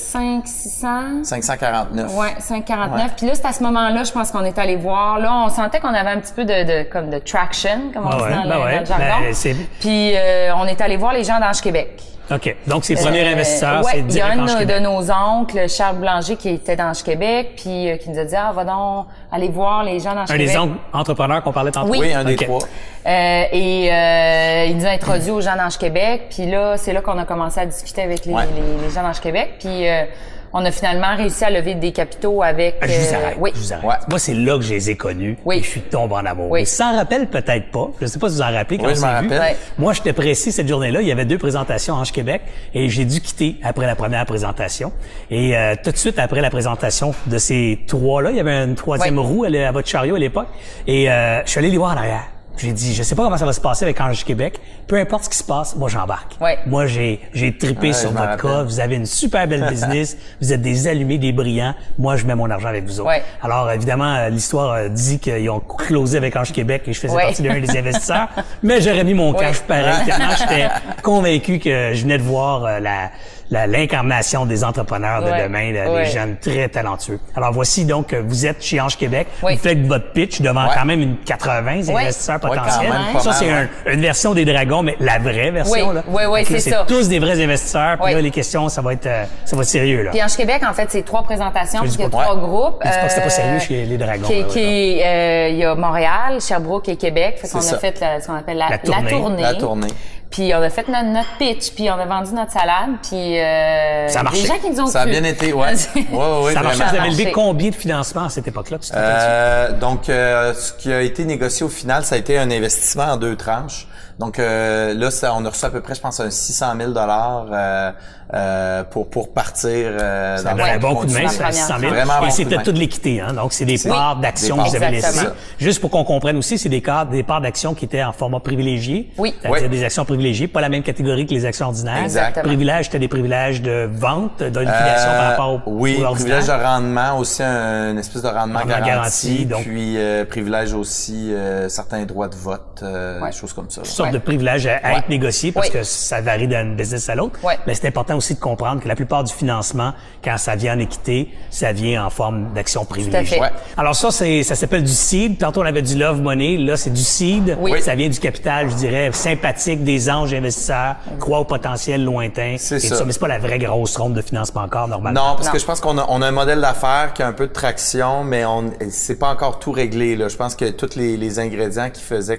549. Ouais, 549. Puis là, c'est à ce moment-là, je pense qu'on est allé voir. Là, on sentait qu'on avait un petit peu de traction, comme on dit dans le jargon. Puis on est allé voir les gens d'Ange Québec. OK. Donc, ces premiers investisseurs, c'est il y a un de nos oncles, Charles Boulanger, qui était d'Ange Québec, puis qui nous a dit, va donc aller voir les gens d'Ange Québec. Un des oncles entrepreneurs qu'on parlait tantôt? Oui, un des trois. Il nous a introduit aux gens d'Ange Québec, puis là, c'est là qu'on a commencé à discuter avec les gens d'Ange Québec, puis on a finalement réussi à lever des capitaux avec... Je vous arrête. Moi, c'est là que je les ai connus et je suis tombé en amour. Ils s'en rappellent peut-être pas. Je sais pas si vous en rappelez quand on s'est vu. Moi, j'étais précis cette journée-là. Il y avait 2 présentations à Ange Québec et j'ai dû quitter après la première présentation. Et tout de suite après la présentation de ces 3-là, il y avait une 3e roue à votre chariot à l'époque. Et je suis allé les voir en arrière. J'ai dit, je sais pas comment ça va se passer avec Ange Québec. Peu importe ce qui se passe, moi, j'embarque. Moi, j'ai trippé sur votre cas. Vous avez une super belle business. Vous êtes des allumés, des brillants. Moi, je mets mon argent avec vous autres. Alors, évidemment, l'histoire dit qu'ils ont closé avec Ange Québec et je faisais partie d'un des investisseurs. Mais j'aurais mis mon cash pareil. Tellement j'étais convaincu que je venais de voir l'incarnation des entrepreneurs de demain, des jeunes très talentueux. Alors, voici donc, vous êtes chez Ange Québec. Vous faites votre pitch devant quand même une 80 investisseurs potentiels. Ça, c'est une version des dragons, mais la vraie version, là. C'est ça. C'est tous des vrais investisseurs. Puis là, les questions, ça va être sérieux, là. Puis Ange Québec, en fait, c'est 3 présentations, parce qu'il y a 3 groupes. C'est pas que c'était pas sérieux chez les dragons. Il y a Montréal, Sherbrooke et Québec. Fait qu'on a fait ce qu'on appelle la tournée. Puis on a fait notre pitch, puis on a vendu notre salade, puis ça a marché. des gens qui nous ont Ça a cru. bien été, ouais. Ouais, Ça a marché. vraiment. Vous avez levé combien de financement à cette époque-là? Tu te rappelles-tu? Donc, ce qui a été négocié au final, ça a été un investissement en 2 tranches. Donc là, on a reçu à peu près, je pense, un 600 000 pour partir Ça donne un bon coup de main, ça, 600 000. Vraiment Et bon c'était coup de toute l'équité, hein? Donc, c'est des parts d'actions que vous avez laissées. Exactement. Juste pour qu'on comprenne aussi, c'est des parts d'actions qui étaient en format privilégié. Oui. C'est-à-dire des actions privilégiées, pas la même catégorie que les actions ordinaires. Exactement. Privilèges, c'était des privilèges de vente, de liquidation par rapport au oui, ordinaire. privilège de rendement, aussi une espèce de rendement garanti. Donc, puis privilège aussi certains droits de vote, des choses comme ça. Toutes sortes de privilèges à être négociés parce Oui. que ça varie d'un business à l'autre. Oui. Mais c'est important aussi de comprendre que la plupart du financement, quand ça vient en équité, ça vient en forme d'action privilégiée. fait. Ouais. Alors ça s'appelle du seed. Tantôt, on avait du love money. Là, c'est du seed. Oui. Ça vient du capital, je dirais, sympathique des anges investisseurs, croient au potentiel lointain. C'est et ça. Mais c'est pas la vraie grosse ronde de financement encore, normalement. Non, parce Non. que je pense qu'on a un modèle d'affaires qui a un peu de traction, mais c'est pas encore tout réglé, là. Je pense que tous les ingrédients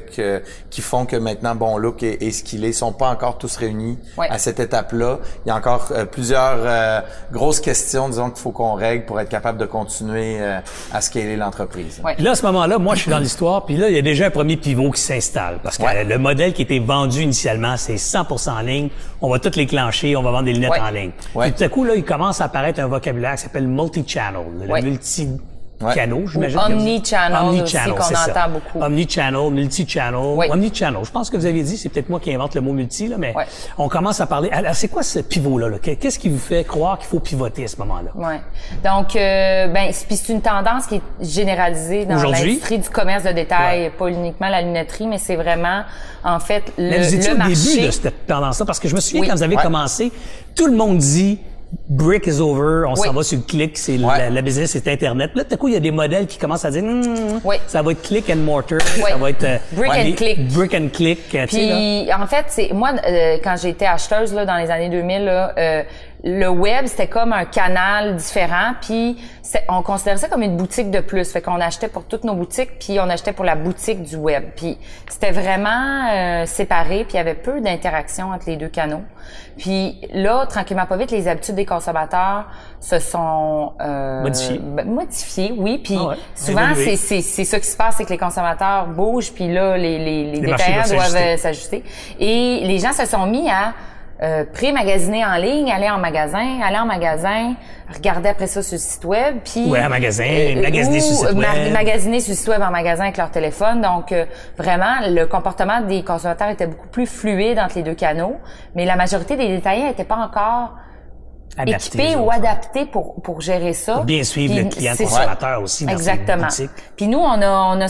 qui font que maintenant Bon Look est ce qu'il est sont pas encore tous réunis à cette étape-là. Il y a encore plusieurs grosses questions, disons, qu'il faut qu'on règle pour être capable de continuer à scaler l'entreprise. Ouais. Puis là, à ce moment-là, moi, je suis dans l'histoire, puis là, il y a déjà un premier pivot qui s'installe. Parce que le modèle qui était vendu initialement, c'est 100% en ligne. On va toutes les clencher, on va vendre des lunettes en ligne. Ouais. Puis tout à coup, là, il commence à apparaître un vocabulaire qui s'appelle multi-channel, le multi-canaux, j'imagine. Omni-channel aussi, qu'on c'est ça. entend beaucoup. Omni-channel, multi-channel, Oui. omni-channel. Je pense que vous avez dit, c'est peut-être moi qui invente le mot multi, là, mais on commence à parler. Alors, c'est quoi ce pivot-là? Qu'est-ce qui vous fait croire qu'il faut pivoter à ce moment-là? Ouais. Donc, puis c'est une tendance qui est généralisée dans Aujourd'hui? l'industrie du commerce de détail, pas uniquement la lunetterie, mais c'est vraiment, en fait, Mais vous étiez le au marché. début de cette tendance-là, parce que je me souviens Oui. quand vous avez commencé, tout le monde dit brick is over, on s'en va sur le click, c'est la business, c'est Internet. Là, tout à coup, il y a des modèles qui commencent à dire, ça va être click and mortar, ça va être Brick and click. Brick and click. Puis, en fait, c'est moi, quand j'ai été acheteuse là, dans les années 2000, là, le web, c'était comme un canal différent, puis on considérait ça comme une boutique de plus. Fait qu'on achetait pour toutes nos boutiques, puis on achetait pour la boutique du web. Puis c'était vraiment séparé, puis il y avait peu d'interaction entre les deux canaux. Puis là, tranquillement pas vite, les habitudes des consommateurs se sont modifiées, oui. Puis souvent, c'est ça qui se passe, c'est que les consommateurs bougent, puis là, les détaillants doivent s'ajuster. Et les gens se sont mis à pré-magasiner en ligne, aller en magasin, regarder après ça sur le site web, puis magasiner sur le site web. Magasiner sur le site web en magasin avec leur téléphone. Donc vraiment, le comportement des consommateurs était beaucoup plus fluide entre les deux canaux, mais la majorité des détaillants n'étaient pas encore équipés ou adaptés pour gérer ça. Pour bien suivre le client consommateur aussi dans exactement. ses boutiques. Puis nous, on a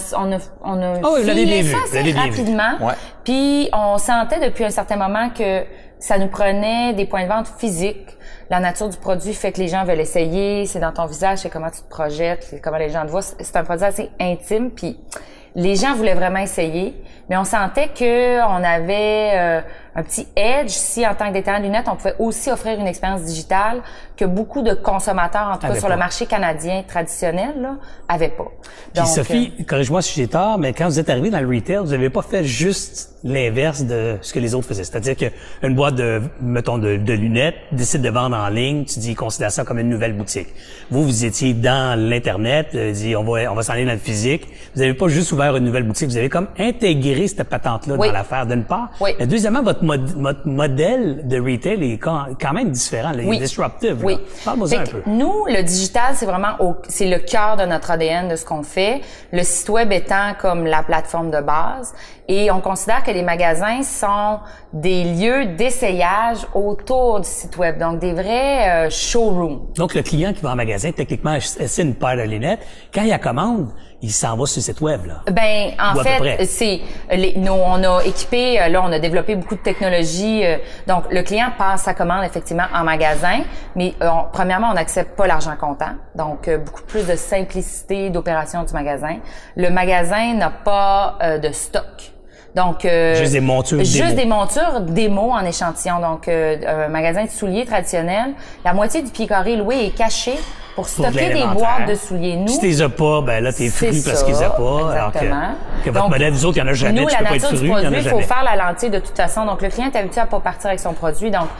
filé ça assez rapidement. Puis on sentait depuis un certain moment que ça nous prenait des points de vente physiques. La nature du produit fait que les gens veulent essayer, c'est dans ton visage, c'est comment tu te projettes, c'est comment les gens te voient. C'est un produit assez intime, puis les gens voulaient vraiment essayer, mais on sentait que on avait un petit edge si en tant que détaillant de lunettes, on pouvait aussi offrir une expérience digitale que beaucoup de consommateurs, en tout cas sur le marché canadien traditionnel, là, avaient pas. Puis Sophie, corrige-moi si j'ai tort, mais quand vous êtes arrivé dans le retail, vous n'avez pas fait juste l'inverse de ce que les autres faisaient. C'est-à-dire qu'une boîte de lunettes décide de vendre en ligne, tu dis, considère ça comme une nouvelle boutique. Vous étiez dans l'Internet, dit, on va s'en aller dans le physique. Vous n'avez pas juste ouvert une nouvelle boutique, vous avez comme intégré cette patente-là dans l'affaire d'une part. Mais deuxièmement, votre modèle de retail est quand même différent, il est disruptive. Oui. Parle-moi un peu. Nous, le digital, c'est vraiment c'est le cœur de notre ADN, de ce qu'on fait. Le site web étant comme la plateforme de base. Et on considère que les magasins sont des lieux d'essayage autour du site web. Donc, des vrais showrooms. Donc, le client qui va en magasin, techniquement, essaie une paire de lunettes. Quand il la commande, il s'en va sur le site web, là. Ben, en fait, on a équipé, là, on a développé beaucoup de technologies. Donc, le client passe sa commande, effectivement, en magasin. Mais, premièrement, on n'accepte pas l'argent comptant. Donc, beaucoup plus de simplicité d'opération du magasin. Le magasin n'a pas de stock. Donc, juste des montures démo en échantillon. Donc, un magasin de souliers traditionnel, la moitié du pied carré loué est caché pour stocker des boîtes de souliers. Nous, si tu les as pas, ben là, t'es fru parce qu'ils les a pas. Exactement. Alors que votre modèle, vous autres, il y en a jamais. Nous, tu la peux pas être nature fru, du il y en produit, a il jamais. faut faire la lentille de toute façon. Donc, le client est habitué à pas partir avec son produit. Donc,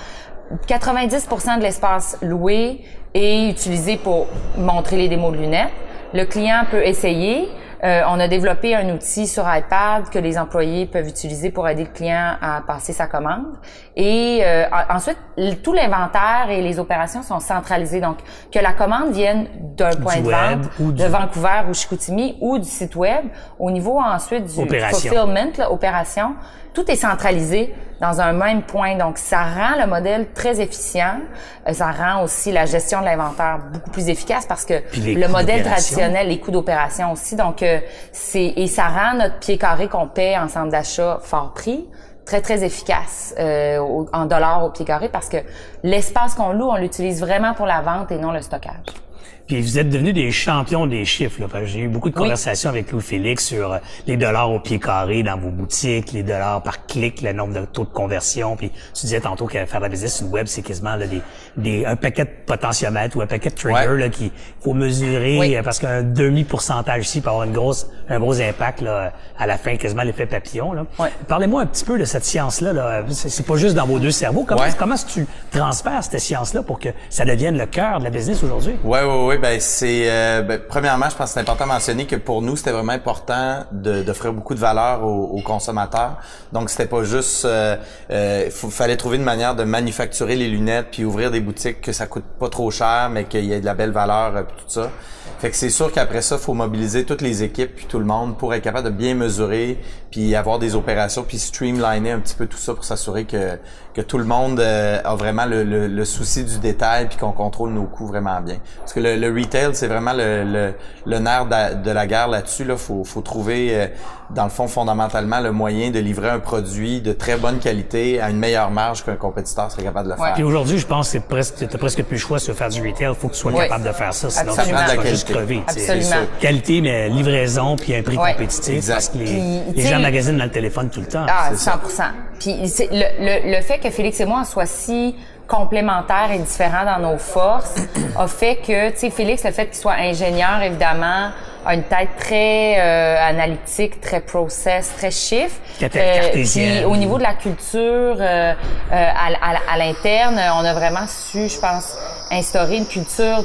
90% de l'espace loué est utilisé pour montrer les démos de lunettes. Le client peut essayer. On a développé un outil sur iPad que les employés peuvent utiliser pour aider le client à passer sa commande. Et ensuite, tout l'inventaire et les opérations sont centralisées. Donc, que la commande vienne d'un point de vente de Vancouver ou Chicoutimi ou du site web, au niveau ensuite du fulfillment, opération, tout est centralisé dans un même point. Donc, ça rend le modèle très efficient. Ça rend aussi la gestion de l'inventaire beaucoup plus efficace parce que le modèle traditionnel, les coûts d'opération aussi. Donc, et ça rend notre pied carré qu'on paie en centre d'achat fort prix très, très efficace en dollars au pied carré parce que l'espace qu'on loue, on l'utilise vraiment pour la vente et non le stockage. Puis vous êtes devenus des champions des chiffres. Là. J'ai eu beaucoup de conversations avec Louis-Félix sur les dollars au pied carré dans vos boutiques, les dollars par clic, le nombre de taux de conversion. Puis tu disais tantôt que faire de la business sur le web, c'est quasiment là, un paquet de potentiomètres ou un paquet de triggers là, qu'il faut mesurer parce qu'un demi-pourcentage ici peut avoir un gros impact là, à la fin, quasiment l'effet papillon. Là. Parlez-moi un petit peu de cette science-là. Là. C'est pas juste dans vos deux cerveaux. Comment est-ce que tu transfères cette science-là pour que ça devienne le cœur de la business aujourd'hui? Oui. Ben c'est premièrement, je pense que c'est important de mentionner que pour nous, c'était vraiment important d'offrir beaucoup de valeur aux consommateurs. Donc c'était pas juste fallait trouver une manière de manufacturer les lunettes puis ouvrir des boutiques que ça coûte pas trop cher mais qu'il y ait de la belle valeur puis tout ça. Fait que c'est sûr qu'après ça, faut mobiliser toutes les équipes puis tout le monde pour être capable de bien mesurer puis avoir des opérations puis streamliner un petit peu tout ça pour s'assurer que tout le monde a vraiment le souci du détail puis qu'on contrôle nos coûts vraiment bien. Parce que le retail, c'est vraiment le nerf de la guerre là-dessus. Là, faut trouver dans le fond fondamentalement le moyen de livrer un produit de très bonne qualité à une meilleure marge qu'un compétiteur serait capable de le faire. Puis aujourd'hui, je pense que t'as presque plus le choix de faire du retail. Faut que tu sois capable de faire ça. Sinon, ça prend de la qualité. Crever, absolument. Qualité, mais livraison puis un prix compétitif. Exact. Parce que les gens magasinent dans le téléphone tout le temps. Ah, 100%. Puis le fait que Félix et moi on soit si complémentaires et différents dans nos forces a fait que, tu sais, Félix, le fait qu'il soit ingénieur, évidemment, a une tête très analytique, très process, très chiffre. Puis au niveau de la culture à l'interne, on a vraiment su, je pense, instaurer une culture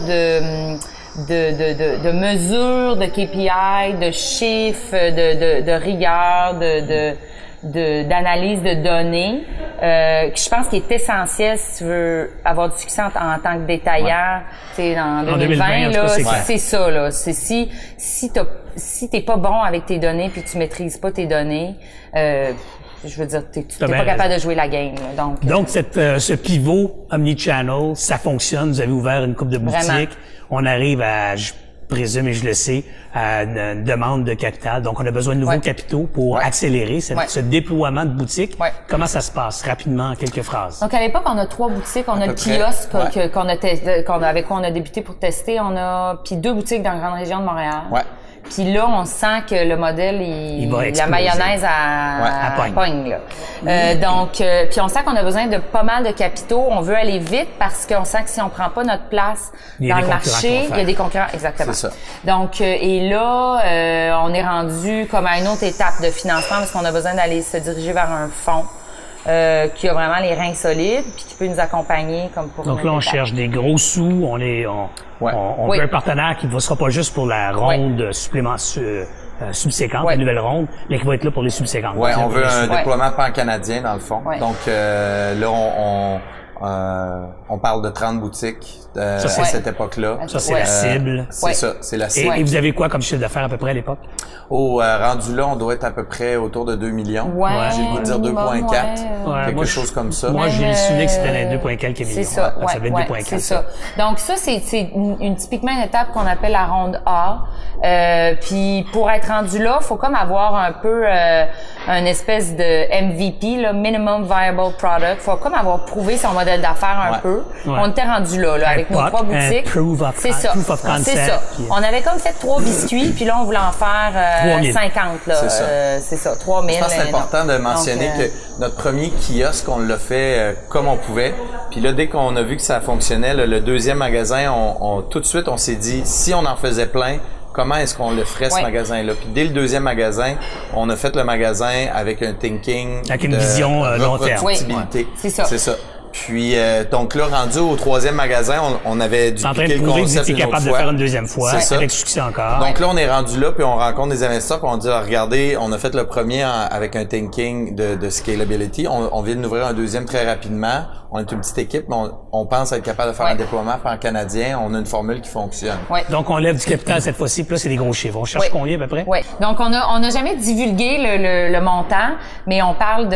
de mesure, de KPI, de chiffres, de rigueur, d'analyse de données, que je pense qu'il est essentiel si tu veux avoir du succès en tant que détaillant. Tu sais, en 2020 là, c'est ça là. C'est si t'es pas bon avec tes données puis tu maîtrises pas tes données, je veux dire, t'es pas capable de jouer la game. Là. Donc ce pivot omnichannel, ça fonctionne. Vous avez ouvert une couple de boutiques. Vraiment. On arrive à, je présume et je le sais, à une demande de capital. Donc, on a besoin de nouveaux capitaux pour accélérer ce déploiement de boutiques. Comment ça se passe? Rapidement, en quelques phrases. Donc, à l'époque, on a 3 boutiques. On a le kiosque avec quoi on a débuté pour tester. On a puis 2 boutiques dans la grande région de Montréal. Puis là, on sent que le modèle, la mayonnaise pogne, là. Donc, puis on sent qu'on a besoin de pas mal de capitaux. On veut aller vite parce qu'on sent que si on prend pas notre place dans le marché, il y a des concurrents. Exactement. C'est ça. Donc, et là, on est rendu comme à une autre étape de financement parce qu'on a besoin d'aller se diriger vers un fonds. Qui a vraiment les reins solides puis qui peut nous accompagner comme pour. Donc là, on cherche des gros sous. On veut un partenaire qui ne sera pas juste pour la ronde subséquente, la nouvelle ronde, mais qui va être là pour les subséquentes. Ouais, on veut un déploiement pan-canadien dans le fond. Donc là, on parle de 30 boutiques à cette époque-là. Ça, c'est la cible. C'est ça, c'est la cible. Et vous avez quoi comme chiffre d'affaires à peu près à l'époque? Rendu là, on doit être à peu près autour de 2 millions. J'ai le goût de dire 2,4. Quelque chose comme ça. Moi, j'ai le souvenir que c'était dans 2,4 millions. C'est ça. Ça va être 2,4. C'est ça. Donc ça, c'est typiquement une étape qu'on appelle la ronde A. Puis pour être rendu là, faut comme avoir un peu une espèce de MVP, là, minimum viable product. Faut comme avoir prouvé son modèle modèle d'affaires un peu. Ouais. On était rendu là, avec nos 3 boutiques. Proof of concept. C'est ça. On avait comme fait 3 biscuits, puis là, on voulait en faire 50, là. C'est ça, 3000. Je pense que c'est important de mentionner que notre premier kiosque, on l'a fait comme on pouvait. Puis là, dès qu'on a vu que ça fonctionnait, le deuxième magasin, tout de suite, on s'est dit, si on en faisait plein, comment est-ce qu'on le ferait, ce magasin-là? Puis dès le deuxième magasin, on a fait le magasin avec un thinking avec une vision long terme. Oui. C'est ça. C'est ça. Puis donc là, rendu au 3e magasin, on avait dupliqué le concept une autre capable fois. De faire une deuxième fois, avec succès encore. Donc là, on est rendu là, puis on rencontre des investisseurs, puis on dit, regardez, on a fait le premier avec un thinking de scalability. On vient d'ouvrir un deuxième très rapidement. On est une petite équipe, mais on pense être capable de faire un déploiement par canadien. On a une formule qui fonctionne. Donc, on lève du capital cette fois-ci, puis là, c'est des gros chiffres. On cherche combien à peu près? Oui. Donc, on a jamais divulgué le montant, mais on parle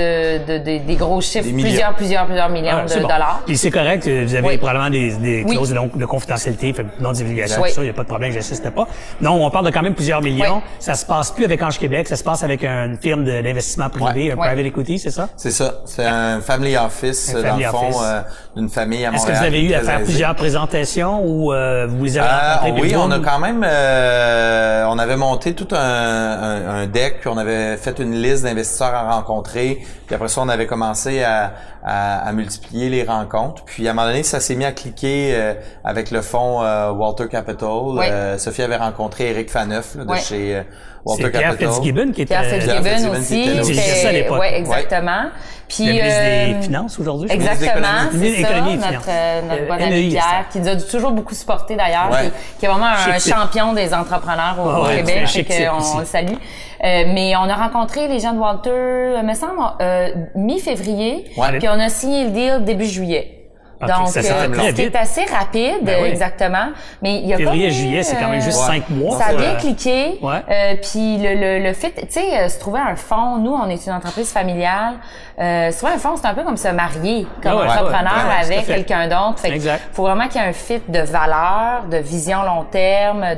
des gros chiffres, plusieurs millions de dollars. Puis c'est correct, vous avez probablement des clauses de confidentialité, non-divulgation, ça, il n'y a pas de problème, j'insiste pas. Non, on parle de quand même plusieurs millions. Ça se passe plus avec Ange Québec, ça se passe avec une firme d'investissement privé, un private equity, c'est ça? C'est ça. C'est un family office, dans le fond, d'une famille à Montréal. Est-ce que vous avez eu à faire plusieurs présentations ou vous les avez rencontrés? Oui, on a quand même, on avait monté tout un deck, puis on avait fait une liste d'investisseurs à rencontrer, puis après ça, on avait commencé à multiplier les rencontres. Puis à un moment donné, ça s'est mis à cliquer avec le fonds Walter Capital. Sophie avait rencontré Éric Faneuf de chez Walter Capital. Pierre Fitzgibbon qui était... Pierre Fitzgibbon aussi. Qui dirigeait ça à l'époque. Oui, exactement. Puis, le ministre des Finances aujourd'hui. Exactement, c'est ça, notre bon ami Pierre, qui nous a toujours beaucoup supporté d'ailleurs, qui est vraiment un champion des entrepreneurs au Québec, et qu'on le salue. Mais on a rencontré les gens de Walter, me semble, mi-février, puis on a signé le deal début juillet. Okay, donc, ça fait très ce qui est assez rapide, exactement. Mais il y a février-juillet, c'est quand même juste 5 mois. Ça a bien cliqué. Puis le fait, tu sais, se trouver un fonds. Nous, on est une entreprise familiale. Se trouver un fonds, c'est un peu comme se marier comme entrepreneur avec quelqu'un d'autre. Fait que faut vraiment qu'il y ait un fit de valeur, de vision long terme,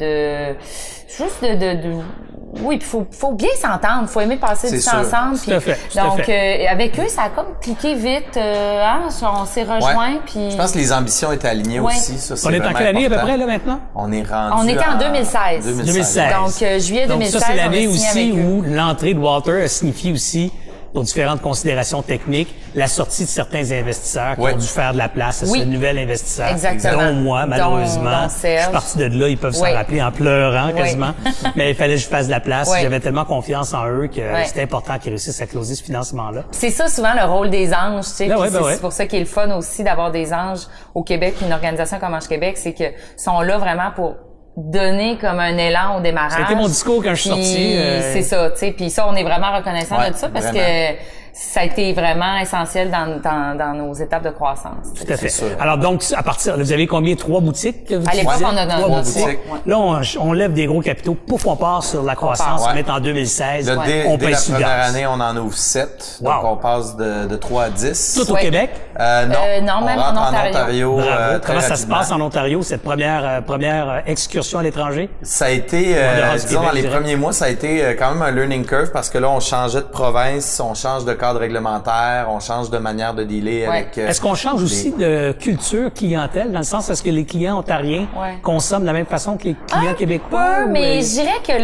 oui, puis faut bien s'entendre, faut aimer passer du temps ensemble. Puis, donc avec eux, ça a comme cliqué vite. On s'est rejoints. Puis je pense que les ambitions étaient alignées aussi. Ça, on est en quelle année à peu près là maintenant? On est rendu. On était en 2016. 2016. Donc juillet 2016. Donc ça c'est l'année aussi où l'entrée de Walter a signifié aussi, pour différentes considérations techniques, la sortie de certains investisseurs qui ont dû faire de la place à ce nouvel investisseur. Exactement. Dont moi, malheureusement. Je suis parti de là, ils peuvent s'en rappeler en pleurant quasiment. Mais il fallait que je fasse de la place. J'avais tellement confiance en eux que c'était important qu'ils réussissent à closer ce financement-là. C'est ça souvent le rôle des anges, tu sais. C'est pour ça qu'il est le fun aussi d'avoir des anges au Québec, une organisation comme Ange Québec, c'est que sont là vraiment pour donner comme un élan au démarrage. C'était mon discours quand je suis sorti. C'est ça, tu sais. Puis ça, on est vraiment reconnaissant de ça parce que ça a été vraiment essentiel dans nos étapes de croissance. Tout à fait. Alors donc, à partir, vous avez combien? 3 boutiques que vous À l'époque, on a 3 boutiques. Là, on lève des gros capitaux. Pouf, on part sur la croissance. On est en 2016. Là, dès la première année, on en ouvre 7. Donc, on passe de 3 à 10. Tout au Québec? Non, même en Ontario. Bravo. Comment ça se passe en Ontario, cette première excursion à l'étranger? Ça a été, disons, dans les premiers mois, ça a été quand même un learning curve parce que là, on changeait de province, on change de cadre réglementaire, on change de manière de dealer avec... Est-ce qu'on change aussi de culture clientèle, dans le sens est-ce que les clients ontariens consomment de la même façon que les clients québécois? Mais je dirais que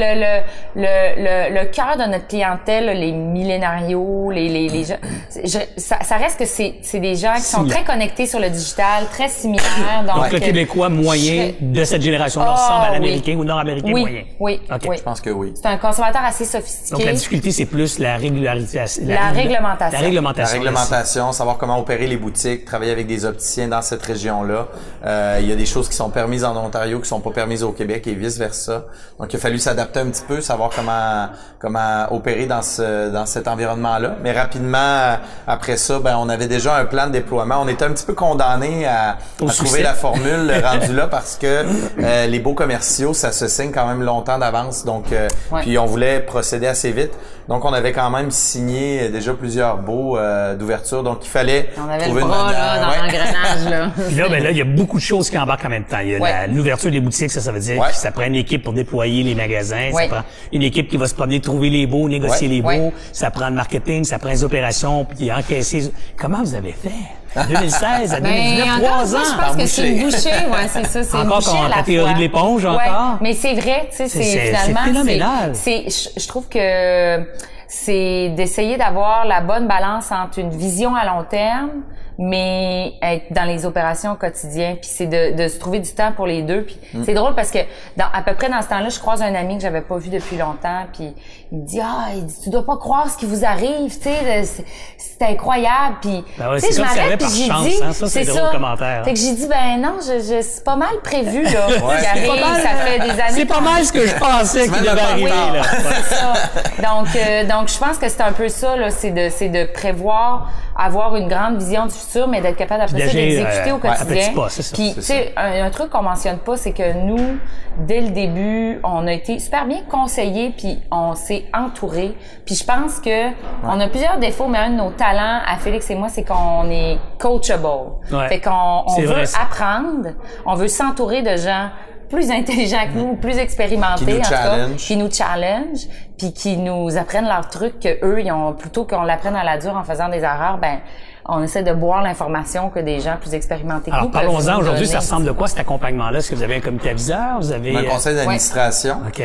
le cœur de notre clientèle, les millénarios, les gens, ça reste que c'est des gens qui sont très connectés sur le digital, très similaires. Donc le Québécois moyen de cette génération-là ressemble à l'Américain ou Nord-Américain moyen? Oui. Je pense que oui. C'est un consommateur assez sophistiqué. Donc la difficulté, c'est plus la régularité. La réglementation, savoir comment opérer les boutiques, travailler avec des opticiens dans cette région-là. Il y a des choses qui sont permises en Ontario qui sont pas permises au Québec et vice-versa. Donc, il a fallu s'adapter un petit peu, savoir comment opérer dans cet environnement-là. Mais rapidement, après ça, on avait déjà un plan de déploiement. On était un petit peu condamnés à trouver la formule rendue là parce que les beaux commerciaux, ça se signe quand même longtemps d'avance. Donc, puis on voulait procéder assez vite. Donc, on avait quand même signé déjà plusieurs baux d'ouverture. Donc, il fallait trouver une manière. Dans l'engrenage, là. Puis là, il y a beaucoup de choses qui embarquent en même temps. Il y a l'ouverture des boutiques, ça veut dire que ça prend une équipe pour déployer les magasins. Ça prend une équipe qui va se promener, trouver les baux, négocier les baux. Ça prend le marketing, ça prend les opérations, puis encaisser. Comment vous avez fait? 2016 à 2019, 3 ans. Je pense que c'est une bouchée, ouais, c'est ça, c'est une encore bouchée à la ta théorie de l'éponge, encore. Ouais, mais c'est vrai, tu sais, c'est finalement... C'est phénoménal. Je trouve que c'est d'essayer d'avoir la bonne balance entre une vision à long terme, mais être dans les opérations quotidiennes, puis c'est de se trouver du temps pour les deux. Puis c'est drôle parce que à peu près dans ce temps-là, je croise un ami que j'avais pas vu depuis longtemps, puis il me dit tu dois pas croire ce qui vous arrive, tu sais, c'est incroyable. Puis ben tu sais, je m'arrête puis j'ai dit, hein, ça c'est drôle commentaire. Fait que j'ai dit non, c'est pas mal prévu là. Ce qui arrive, ça fait des années. C'est pas mal ce que je pensais qu'il devait arriver là. C'est ça. Donc je pense que c'est un peu ça là, c'est de prévoir, avoir une grande vision du futur, mais d'être capable après ça d'exécuter au quotidien. Puis tu sais, un truc qu'on mentionne pas, c'est que nous, dès le début, on a été super bien conseillés, puis on s'est entourés. Puis je pense que on a plusieurs défauts, mais un de nos talents à Félix et moi, c'est qu'on est coachable. Ouais. Fait qu'on veut apprendre, on veut s'entourer de gens plus intelligents que nous, plus expérimentés, qui nous challenge, puis qui nous apprennent leurs trucs que eux, ils ont, plutôt qu'on l'apprenne à la dure en faisant des erreurs, on essaie de boire l'information que des gens plus expérimentés que nous. Alors, parlons-en aujourd'hui, ça ressemble de quoi cet accompagnement-là? Est-ce que vous avez un comité aviseur? Vous avez... un conseil d'administration. OK.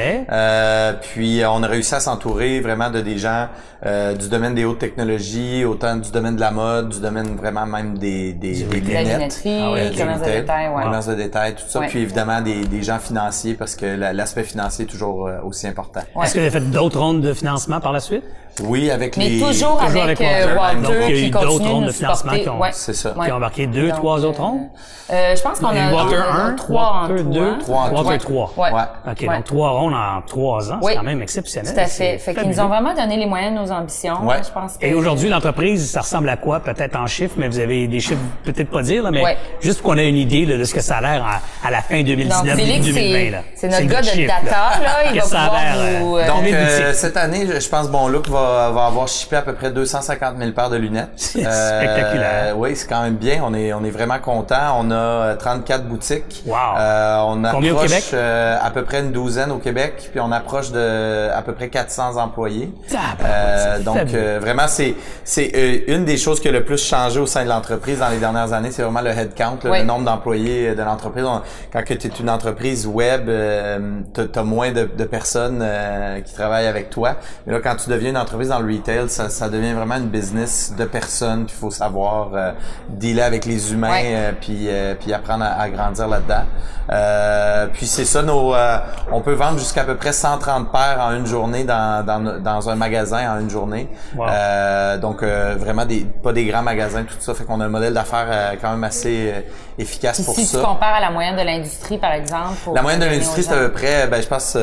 Puis, on a réussi à s'entourer vraiment de des gens du domaine des hautes technologies, autant du domaine de la mode, du domaine vraiment même des lunettes. Commerce de détail, commerce de détail, tout ça. Puis, évidemment, des gens financiers, parce que l'aspect financier est toujours aussi important. Est-ce que vous avez fait d'autres rondes de financement par la suite? Oui, avec mais toujours avec Walter qui continue de nous supporter. C'est ça. Qui ont embarqué 2, 3 autres rondes? Je pense qu'on a Walter 1, 3 Walter 2, Walter 3. Ouais. OK, donc 3 rondes en 3 ans, c'est quand même exceptionnel. Tout à fait. Fait qu'ils nous ont vraiment donné les moyens de nos ambitions. Je pense que... Et aujourd'hui, l'entreprise, ça ressemble à quoi? Peut-être en chiffres, mais vous avez des chiffres, peut-être pas dire, là, mais juste pour qu'on ait une idée là, de ce que ça a l'air à la fin 2019, début 2020. Là. C'est notre gars de data, là. Il va pouvoir nous... Donc, cette année, je pense Bon Look va avoir shippé à peu près 250 000 paires de lunettes. C'est spectaculaire. Oui, c'est quand même bien. On est vraiment contents. On a 34 boutiques. Wow. On Combien au Québec? À peu près une douzaine au Québec, puis on approche de à peu près 400 employés. Donc vraiment, c'est une des choses qui a le plus changé au sein de l'entreprise dans les dernières années, c'est vraiment le headcount, le nombre d'employés de l'entreprise. Quand tu es une entreprise web, t'as moins de personnes qui travaillent avec toi. Mais là, quand tu deviens une entreprise dans le retail, ça devient vraiment une business de personnes. Il faut savoir dealer avec les humains, puis apprendre à grandir là-dedans. Puis c'est ça, on peut vendre jusqu'à peu près 130 paires en une journée dans un magasin en une journée. Wow. Donc vraiment pas des grands magasins, tout ça. Fait qu'on a un modèle d'affaires quand même assez efficace pour ça. Si tu compares à la moyenne de l'industrie, par exemple. La moyenne de l'industrie, c'est à peu près, je pense,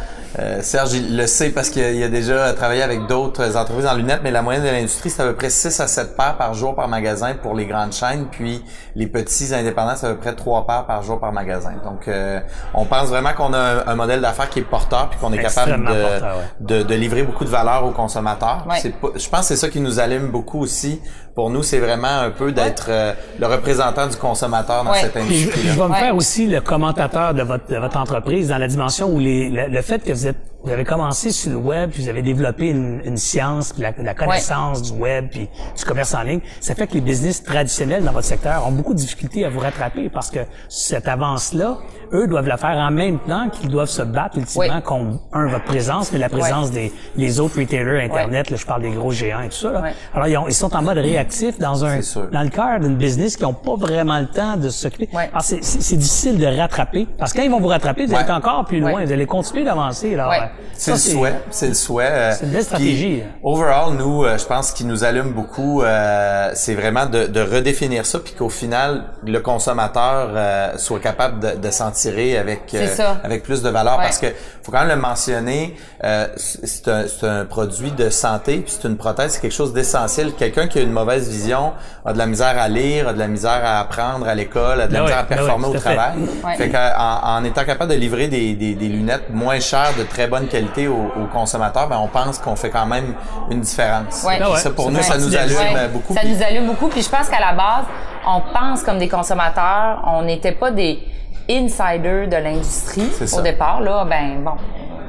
Serge il le sait parce qu'il a déjà travaillé avec d'autres entreprises en lunettes, mais la moyenne de l'industrie, c'est à peu près 6 à 7 paires par jour par magasin pour les grandes chaînes, puis les petits indépendants, c'est à peu près 3 paires par jour par magasin. Donc, on pense vraiment qu'on a un modèle d'affaires qui est porteur, puis qu'on est capable de livrer beaucoup de valeur aux consommateurs. Je pense que c'est ça qui nous allume beaucoup aussi. Pour nous, c'est vraiment un peu d'être le représentant du consommateur dans cette industrie-là. Je vais me faire aussi le commentateur de votre entreprise dans la dimension où le fait que vous avez commencé sur le web, puis vous avez développé une science, puis la connaissance du web, puis du commerce en ligne, ça fait que les business traditionnels dans votre secteur ont beaucoup de difficultés à vous rattraper parce que cette avance-là, eux doivent la faire en même temps qu'ils doivent se battre ultimement contre, votre présence, mais la présence des autres retailers Internet, là, je parle des gros géants et tout ça. Là. Alors, ils sont en mode réactif dans le cœur d'une business qui n'ont pas vraiment le temps de s'occuper. Alors, c'est difficile de rattraper, parce que quand ils vont vous rattraper, vous allez être encore plus loin, vous allez continuer d'avancer. Là. C'est le souhait. C'est une belle stratégie. Puis, overall, nous, je pense qu'il nous allume beaucoup, c'est vraiment de redéfinir ça, puis qu'au final, le consommateur soit capable de s'en tirer avec plus de valeur. Parce que faut quand même le mentionner, c'est un produit de santé, puis c'est une prothèse, c'est quelque chose d'essentiel. Quelqu'un qui a une mauvaise vision a de la misère à lire, a de la misère à apprendre à l'école, a de la misère à performer au travail. Fait qu'en étant capable de livrer des lunettes moins chères, de très bonne qualité aux consommateurs, on pense qu'on fait quand même une différence. Ça, pour nous, ça nous allume beaucoup. Ça nous allume beaucoup. Puis je pense qu'à la base, on pense comme des consommateurs. On n'était pas des insiders de l'industrie au départ. Là,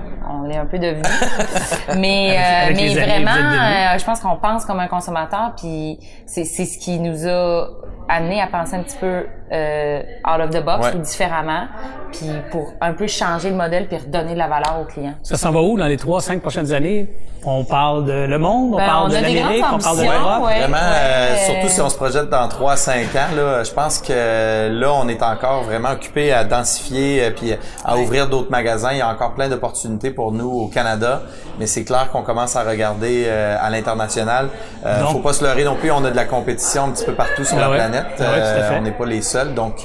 est un peu devenu. Mais vraiment, je pense qu'on pense comme un consommateur, puis c'est ce qui nous a amené à penser un petit peu out of the box ou différemment, puis pour un peu changer le modèle puis redonner de la valeur aux clients. Ça s'en va où dans les 3-5 prochaines années? On parle de le monde, on parle de l'Amérique, on parle de l'Europe. Ouais. Vraiment, surtout si on se projette dans 3-5 ans, là, je pense que là, on est encore vraiment occupé à densifier puis à ouvrir d'autres magasins. Il y a encore plein d'opportunités pour nous au Canada, mais c'est clair qu'on commence à regarder à l'international. Faut pas se leurrer non plus, on a de la compétition un petit peu partout sur la planète. On n'est pas les seuls, donc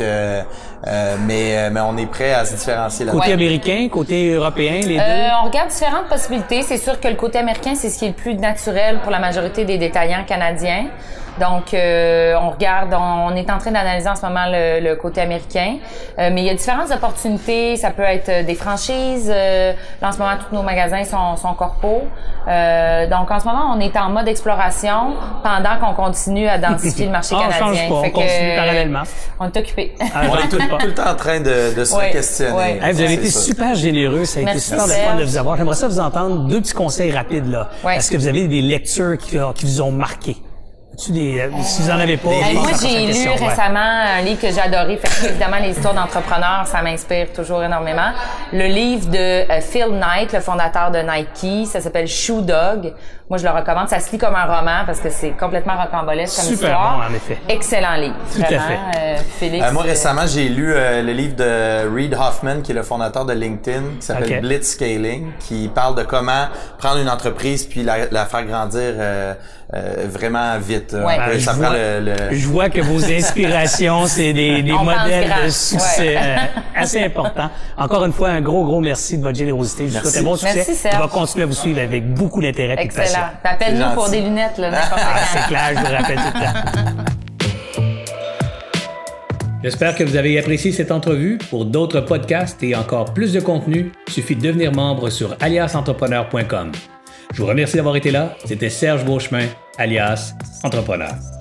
mais on est prêt à se différencier là-dedans. Côté américain, côté européen, les deux? On regarde différentes possibilités. C'est sûr que le côté américain, c'est ce qui est le plus naturel pour la majorité des détaillants canadiens. Donc, on regarde, on est en train d'analyser en ce moment le côté américain. Mais il y a différentes opportunités. Ça peut être des franchises. Là, en ce moment, tous nos magasins sont corpos. Donc, en ce moment, on est en mode exploration pendant qu'on continue à densifier le marché canadien. On change pas, on continue parallèlement. On est occupé. On est tout le temps en train de se questionner. Ouais. Hey, vous avez été super généreux. Ça a été super de fun de vous avoir. J'aimerais ça vous entendre 2 petits conseils rapides, là. Ouais. Est-ce que vous avez des lectures qui vous ont marqué? Si vous en avez pas, moi, j'ai lu récemment un livre que j'ai adoré. Fait que, évidemment, les histoires d'entrepreneurs, ça m'inspire toujours énormément. Le livre de Phil Knight, le fondateur de Nike, ça s'appelle Shoe Dog. Moi, je le recommande. Ça se lit comme un roman parce que c'est complètement rocambolesque comme super histoire. Bon, en effet. Excellent livre. Tout vraiment, à fait. Félix. Moi, récemment, j'ai lu le livre de Reid Hoffman, qui est le fondateur de LinkedIn, qui s'appelle Blitzscaling, qui parle de comment prendre une entreprise puis la faire grandir vraiment vite. Ouais. Je vois que vos inspirations, c'est des modèles de succès assez importants. Encore une fois, un gros merci de votre générosité. Je vous souhaite un bon succès. Merci, Serge. On va continuer à vous suivre avec beaucoup d'intérêt et de passion. Excellent. Appelle-nous pour des lunettes, là, n'importe quand. C'est clair, je vous rappelle tout le temps. J'espère que vous avez apprécié cette entrevue. Pour d'autres podcasts et encore plus de contenu, il suffit de devenir membre sur aliasentrepreneur.com. Je vous remercie d'avoir été là. C'était Serge Beauchemin, alias Entrepreneur.